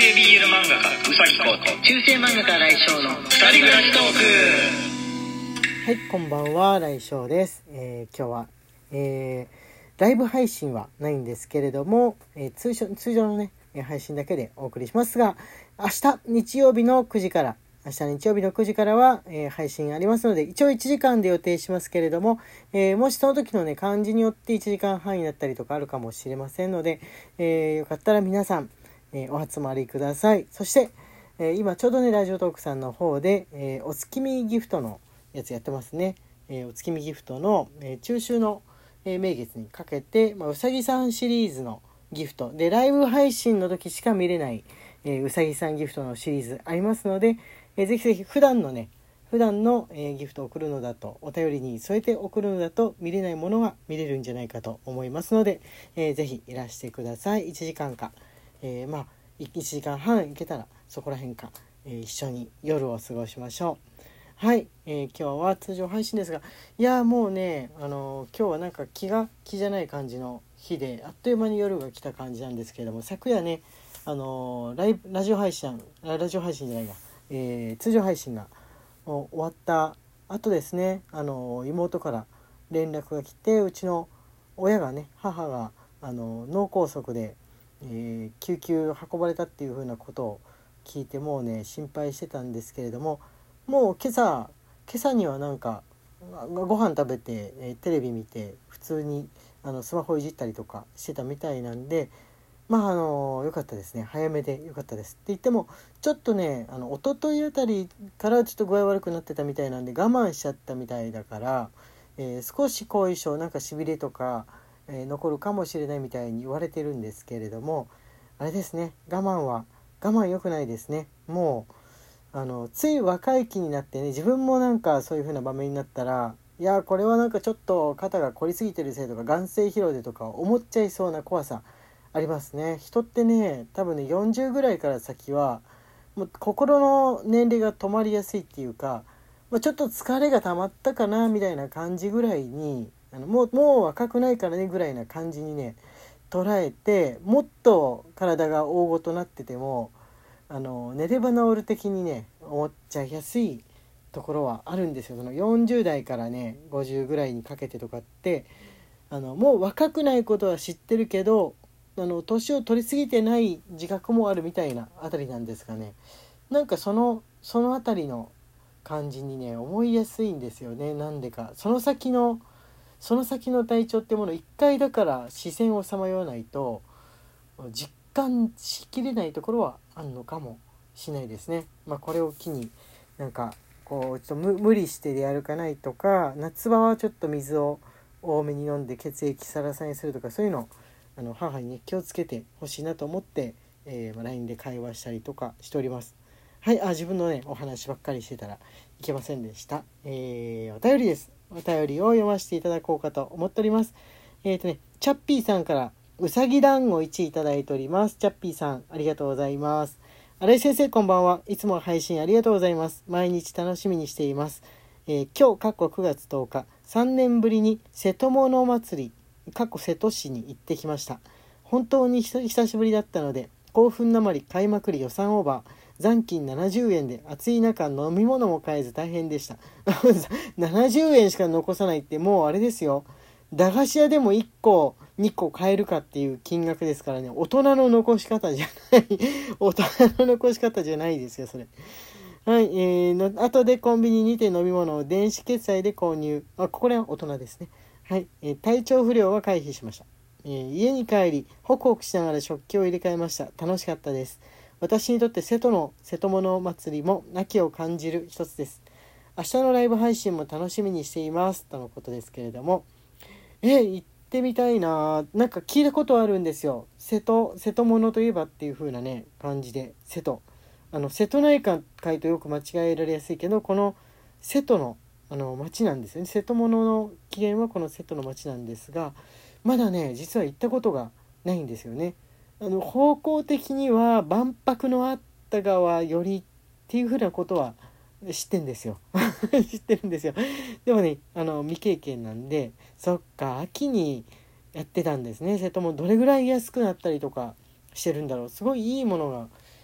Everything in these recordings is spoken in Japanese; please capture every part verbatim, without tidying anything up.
系 ビーエル 漫画家うさぎこと中世漫画家来翔の二人暮らしトーはい、こんばんは、来翔です。えー、今日は、えー、ライブ配信はないんですけれども、えー、通常、通常のね配信だけでお送りしますが、明日日曜日のくじから明日日曜日のくじからは、えー、配信ありますので、一応いちじかんで予定しますけれども、えー、もしその時のね感じによっていちじかんはんになったりとかあるかもしれませんので、えー、よかったら皆さん、えー、お集まりください。そして、えー、今ちょうどねラジオトークさんの方で、えー、お月見ギフトのやつやってますね。えー、お月見ギフトの、えー、中秋の、えー、名月にかけて、まあ、うさぎさんシリーズのギフトでライブ配信の時しか見れない、えー、うさぎさんギフトのシリーズありますので、えー、ぜひぜひ普段のね普段の、えー、ギフトを送るのだとお便りに添えて送るのだと見れないものが見れるんじゃないかと思いますので、えー、ぜひいらしてください。いちじかんか、えー、まあいちじかんはんいけたらそこら辺か、えー、一緒に夜を過ごしましょう。はい、えー、今日は通常配信ですが、いやもうね、あのー、今日はなんか気が気じゃない感じの日であっという間に夜が来た感じなんですけれども、昨夜ね、あのー、ライブラジオ配信ラジオ配信じゃないな、えー、通常配信が終わった後ですね、あのー、妹から連絡が来て、うちの親がね母が、あのー、脳梗塞で、えー、救急運ばれたっていう風なことを聞いて、もうね心配してたんですけれども、もう今朝今朝にはなんかご飯食べて、えー、テレビ見て普通にあのスマホいじったりとかしてたみたいなんで、まああの良かったですね。早めで良かったですって言っても、ちょっとねあの一昨日あたりからちょっと具合悪くなってたみたいなんで我慢しちゃったみたいだから、えー、少し後遺症なんかしびれとか、えー、残るかもしれないみたいに言われてるんですけれども、あれですね、我慢は我慢良くないですね。もうあのつい若い気になってね、自分もなんかそういう風な場面になったら、いやこれはなんかちょっと肩が凝りすぎてるせいとか眼性疲労でとか思っちゃいそうな怖さありますね。人ってね多分ねよんじゅうぐらいから先はもう心の年齢が止まりやすいっていうか、まあ、ちょっと疲れが溜まったかなみたいな感じぐらいに、あのもうもう若くないからねぐらいな感じにね捉えて、もっと体が大ごとなっててもあの寝れば治る的にね思っちゃいやすいところはあるんですよ。そのよんじゅう代からねごじゅうぐらいにかけてとかって、あのもう若くないことは知ってるけど、あの年を取りすぎてない自覚もあるみたいなあたりなんですかね。なんかそのそのあたりの感じにね思いやすいんですよね。なんでかその先のその先の体調ってもの一回だから視線をさまよわないと実感しきれないところはあるのかもしれないですね。まあこれを機になんかこうちょっと無理して出歩かないとか、夏場はちょっと水を多めに飲んで血液サラサラにするとか、そういうのをあの母に、ね、気をつけてほしいなと思って、えー、ライン で会話したりとかしております。はい、あ自分のねお話ばっかりしてたらいけませんでした。えー、お便りです。お便りを読ませていただこうかと思っております。えっとねチャッピーさんからうさぎ団子いちいただいております。チャッピーさんありがとうございます。新井先生こんばんは。いつも配信ありがとうございます。毎日楽しみにしています。えー、今日かっこくがつとおかさんねんぶりに瀬戸物祭りかっこ瀬戸市に行ってきました。本当に久しぶりだったので興奮なまり買いまくり予算オーバー、残金ななじゅうえんで暑い中飲み物も買えず大変でしたななじゅうえんしか残さないってもうあれですよ、駄菓子屋でもいっこにこ買えるかっていう金額ですからね。大人の残し方じゃない大人の残し方じゃないですよそれ。はい、えー、の後でコンビニにて飲み物を電子決済で購入。あ、これは大人ですね。はい、えー、体調不良は回避しました。えー、家に帰りホクホクしながら食器を入れ替えました。楽しかったです。私にとって瀬戸の瀬戸物祭りも秋を感じる一つです。明日のライブ配信も楽しみにしていますとのことですけれども、えー、行ってみたいな。なんか聞いたことあるんですよ。瀬戸瀬戸物といえばっていう風なね感じで、瀬戸あの瀬戸内海とよく間違えられやすいけど、この瀬戸のあの町なんですよね。瀬戸物の起源はこの瀬戸の町なんですが、まだね実は行ったことがないんですよね。あの方向的には万博のあった川よりっていう風なことは知ってんですよ知ってるんですよ。でもねあの未経験なんで、そっか秋にやってたんですね。瀬戸もどれぐらい安くなったりとかしてるんだろう。すごいいいものが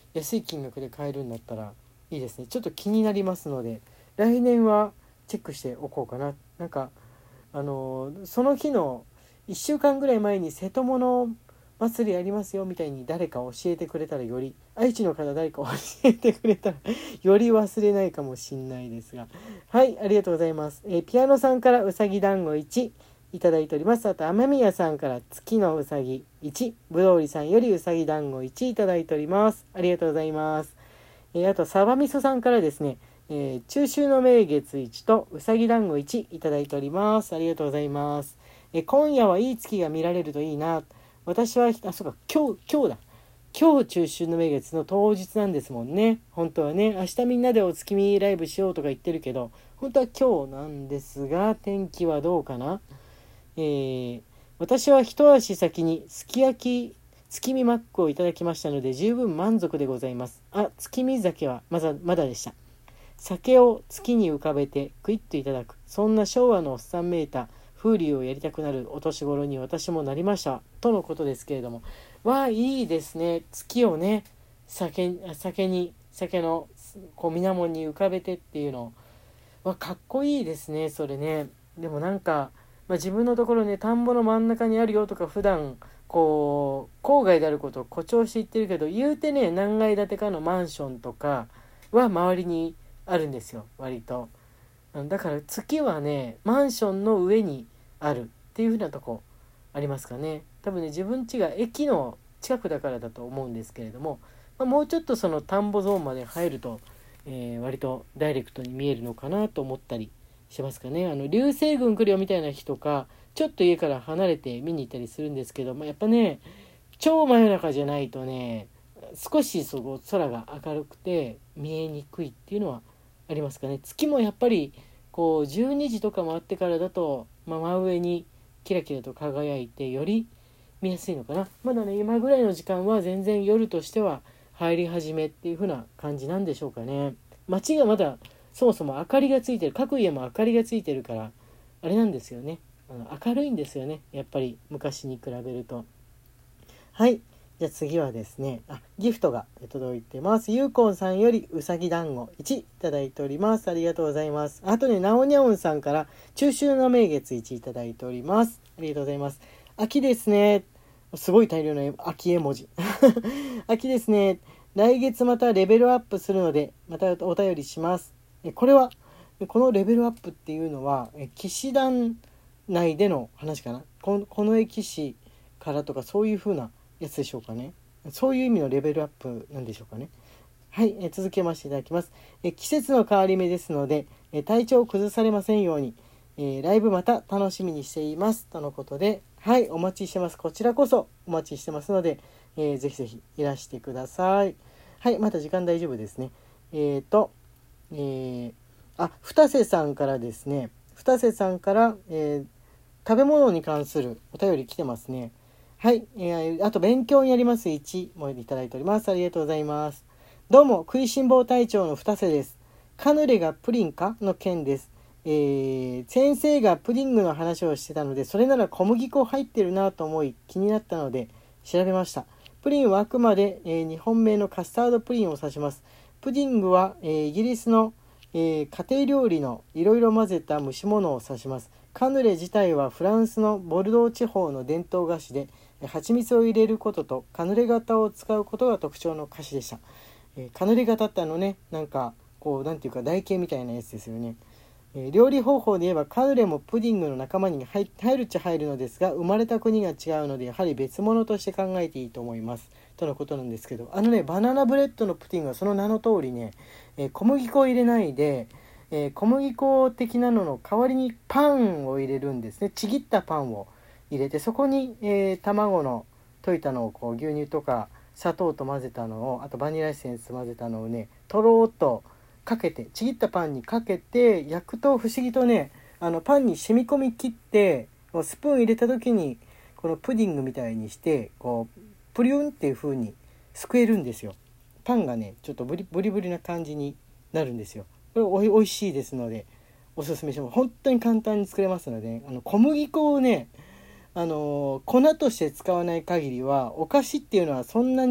安い金額で買えるんだったらいいですね。ちょっと気になりますので来年はチェックしておこうかな。なんかあのその日のいっしゅうかんぐらい前に瀬戸物祭りありますよみたいに誰か教えてくれたら、より愛知の方誰か教えてくれたらより忘れないかもしんないですが、はい、ありがとうございます。えー、ピアノさんからうさぎ団子いちいただいております。あと雨宮さんから月のうさぎいち、ぶどうりさんよりうさぎ団子いちいただいております。ありがとうございます。えー、あとサバみそさんからですね、えー、中秋の名月いちとうさぎ団子いちいただいております。ありがとうございます。えー、今夜はいい月が見られるといいな。私はあそうか今日今日だ今日中秋の名月の当日なんですもんね。本当はね、明日みんなでお月見ライブしようとか言ってるけど、本当は今日なんですが、天気はどうかな。えー、私は一足先にすき焼き月見マックをいただきましたので十分満足でございます。あ、月見酒はまだまだでした。酒を月に浮かべてクイッといただく、そんな昭和のおっさんめいた風流をやりたくなるお年頃に私もなりましたとのことですけれども、わあいいですね。月をね、酒酒に酒のこう水面に浮かべてっていうのはかっこいいですね。それね。でもなんか、まあ、自分のところね、田んぼの真ん中にあるよとか普段こう郊外であることを誇張して言ってるけど、言うてね何階建てかのマンションとかは周りにあるんですよ、割と。だから月はねマンションの上にあるっていう風なとこありますかね。多分ね自分家が駅の近くだからだと思うんですけれども、まあ、もうちょっとその田んぼゾーンまで入ると、えー、割とダイレクトに見えるのかなと思ったりしますかね。あの流星群来るよみたいな日とかちょっと家から離れて見に行ったりするんですけど、まあ、やっぱね超真夜中じゃないとね少しそこ空が明るくて見えにくいっていうのはありますかね。月もやっぱりこうじゅうにじとか回ってからだと、まあ、真上にキラキラと輝いてより見やすいのかな。まだね今ぐらいの時間は全然夜としては入り始めっていう風な感じなんでしょうかね。街がまだそもそも明かりがついてる、各家も明かりがついてるからあれなんですよね、あの明るいんですよね、やっぱり昔に比べると。はい、じゃあ次はですね、あギフトが届いてます。ゆうこんさんよりうさぎ団子いちいただいております。ありがとうございます。あとねなおにゃおんさんから中秋の名月いちいただいております。ありがとうございます。秋ですね、すごい大量の秋絵文字秋ですね、来月またレベルアップするのでまたお便りします。これはこのレベルアップっていうのは騎士団内での話かな。この駅士からとかそういう風なやつでしょうかね。そういう意味のレベルアップなんでしょうかね。はい、え続けましていただきます。え季節の変わり目ですのでえ体調を崩されませんように、えー、ライブまた楽しみにしていますとのことで、はいお待ちしてます。こちらこそお待ちしてますので、えー、ぜひぜひいらしてください。はい、まだ時間大丈夫ですね。えーと、えー、あ二瀬さんからですね、二瀬さんから、えー、食べ物に関するお便り来てますね。はい、えー、あと勉強になりますいちもいただいております。ありがとうございます。どうも食いしん坊隊長の二瀬です。カヌレがプリンかの件です。えー、先生がプディングの話をしてたので、それなら小麦粉入ってるなと思い気になったので調べました。プリンはあくまで、えー、日本名のカスタードプリンを指します。プディングは、えー、イギリスの、えー、家庭料理のいろいろ混ぜた蒸し物を指します。カヌレ自体はフランスのボルドー地方の伝統菓子で、蜂蜜を入れることとカヌレ型を使うことが特徴の菓子でした。えー、カヌレ型ってあのね、なんかこうなんていうか台形みたいなやつですよね。えー、料理方法で言えばカヌレもプディングの仲間に 入, 入るっちゃ入るのですが、生まれた国が違うのでやはり別物として考えていいと思いますとのことなんですけど、あのねバナナブレッドのプディングはその名の通りね、えー、小麦粉を入れないで、えー、小麦粉的なのの代わりにパンを入れるんですね。ちぎったパンを入れて、そこに、えー、卵の溶いたのをこう牛乳とか砂糖と混ぜたのを、あとバニラエッセンス混ぜたのをねとろーっとかけて、ちぎったパンにかけて焼くと不思議とね、あのパンに染み込みきって、スプーン入れた時にこのプディングみたいにしてこうプリュンっていう風にすくえるんですよ。パンがねちょっとブリブリブリな感じになるんですよ。これおい、おいしいですのでおすすめします。本当に簡単に作れますので、あの小麦粉をねあの粉として使わない限りはお菓子っていうのはそんなに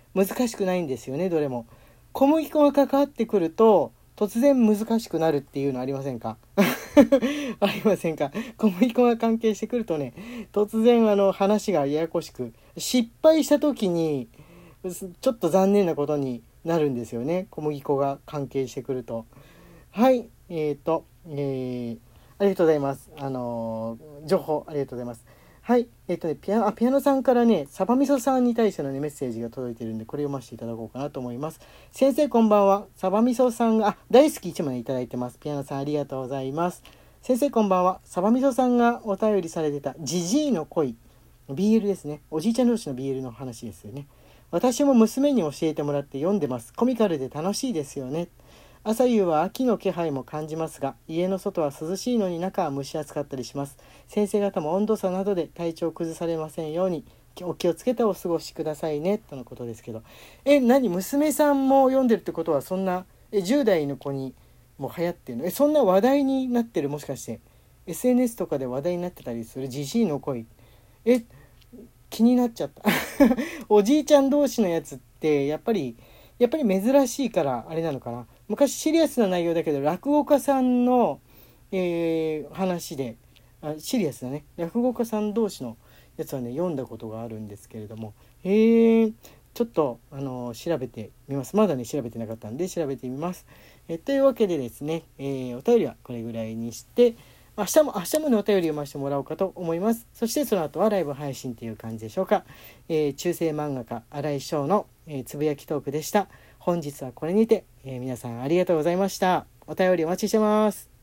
難しくないんですよね。どれも小麦粉が関わってくると突然難しくなるっていうのありませんかありませんか。小麦粉が関係してくるとね、突然あの話がややこしく、失敗した時にちょっと残念なことになるんですよね。小麦粉が関係してくると。はい、えーと、えー、ありがとうございます。あのー、情報ありがとうございます。はい、えっとね、ピアノ、あ、ピアノさんからね、サバミソさんに対しての、ね、メッセージが届いているんで、これ読ませていただこうかなと思います。先生こんばんは。サバミソさんが、あ、大好きいちまいいただいてます。ピアノさんありがとうございます。先生こんばんは。サバミソさんがお便りされてた、ジジイの恋。ビーエル ですね。おじいちゃん同士の ビーエル の話ですよね。私も娘に教えてもらって読んでます。コミカルで楽しいですよね。朝夕は秋の気配も感じますが、家の外は涼しいのに中は蒸し暑かったりします。先生方も温度差などで体調を崩されませんようにお気をつけてお過ごしくださいねとのことですけど、え、何、娘さんも読んでるってことは、そんなえじゅう代の子にも流行ってるの？え、そんな話題になってる？もしかして エスエヌエス とかで話題になってたりするジジイの恋？え、気になっちゃったおじいちゃん同士のやつってやっぱりやっぱり珍しいからあれなのかな。昔シリアスな内容だけど落語家さんの、えー、話で、あ、シリアスだね、落語家さん同士のやつはね読んだことがあるんですけれども、えー、ちょっとあの調べてみます。まだね調べてなかったんで調べてみます。えというわけでですね、えー、お便りはこれぐらいにして、明日も明日もねお便り読ませてもらおうかと思います。そしてその後はライブ配信という感じでしょうか。えー、中世漫画家新井翔の、えー、つぶやきトークでした。本日はこれにて、えー、皆さんありがとうございました。お便りお待ちしてます。